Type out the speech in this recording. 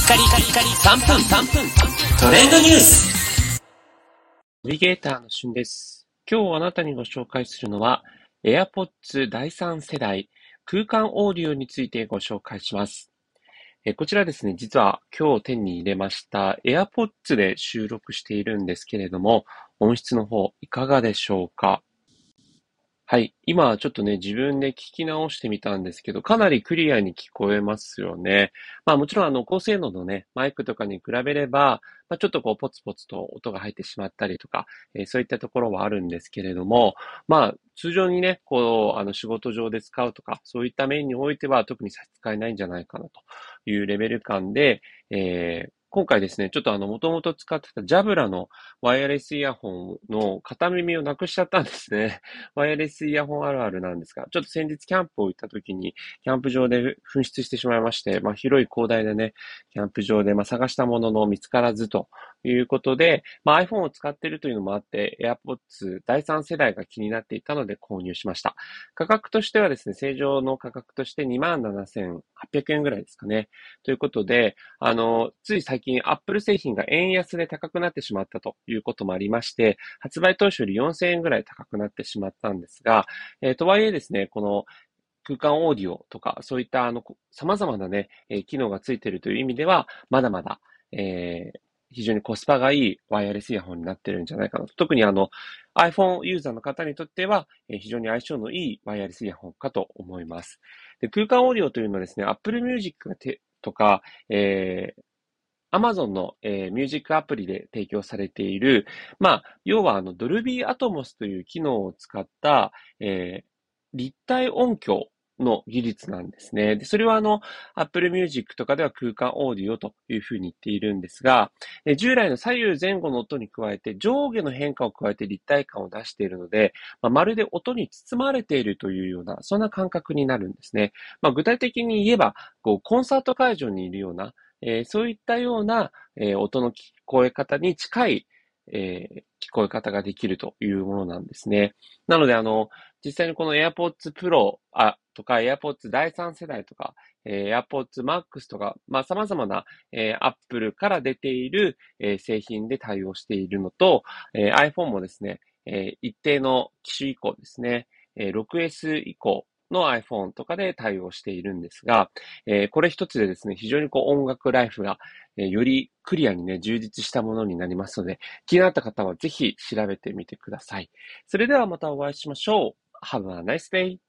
カリカリカリ3分トレンドニュース。 ナビゲーターのしゅんです。今日あなたにご紹介するのは AirPods 第3世代空間オーディオについてご紹介します。こちらですね、実は今日手に入れました AirPods で収録しているんですけれども、音質の方いかがでしょうか？はい。今ちょっとね、自分で聞き直してみたんですけど、かなりクリアに聞こえますよね。もちろん高性能のね、マイクとかに比べれば、ちょっとこうポツポツと音が入ってしまったりとか、そういったところはあるんですけれども、通常にね、こう、仕事上で使うとか、そういった面においては特に差し支えないんじゃないかなというレベル感で、今回ですね、ちょっともともと使ってたジャブラのワイヤレスイヤホンの片耳をなくしちゃったんですね。ワイヤレスイヤホンあるあるなんですが、ちょっと先日キャンプを行った時に、キャンプ場で紛失してしまいまして、広い広大なね、キャンプ場で探したものの見つからずということで、iPhone を使っているというのもあって、AirPods 第3世代が気になっていたので購入しました。価格としてはですね、正常の価格として27,800円ぐらいですかね。ということで、つい最近 Apple 製品が円安で高くなってしまったということもありまして、発売当初より4000円ぐらい高くなってしまったんですが、とはいえですね、この空間オーディオとか、そういった様々なね、機能がついているという意味では、まだまだ、非常にコスパがいいワイヤレスイヤホンになってるんじゃないかなと。特にiPhone ユーザーの方にとっては、非常に相性のいいワイヤレスイヤホンかと思います。で、空間オーディオというのはですね、Apple Music とか、Amazon の、ミュージックアプリで提供されている、要はドルビーアトモスという機能を使った、立体音響の技術なんですね。で、それはApple Music とかでは空間オーディオというふうに言っているんですが、従来の左右前後の音に加えて上下の変化を加えて立体感を出しているので、まるで音に包まれているというような、そんな感覚になるんですね。具体的に言えば、こう、コンサート会場にいるような、そういったような、音の聞こえ方に近い、聞こえ方ができるというものなんですね。なので、実際にこの AirPods Pro とか AirPods 第3世代とか、AirPods Max とか、様々な、Apple から出ている、製品で対応しているのと、iPhone もですね、一定の機種以降ですね、6S 以降の iPhone とかで対応しているんですが、これ一つでですね、非常にこう音楽ライフが、よりクリアにね、充実したものになりますので、気になった方はぜひ調べてみてください。それではまたお会いしましょう。Have a nice day!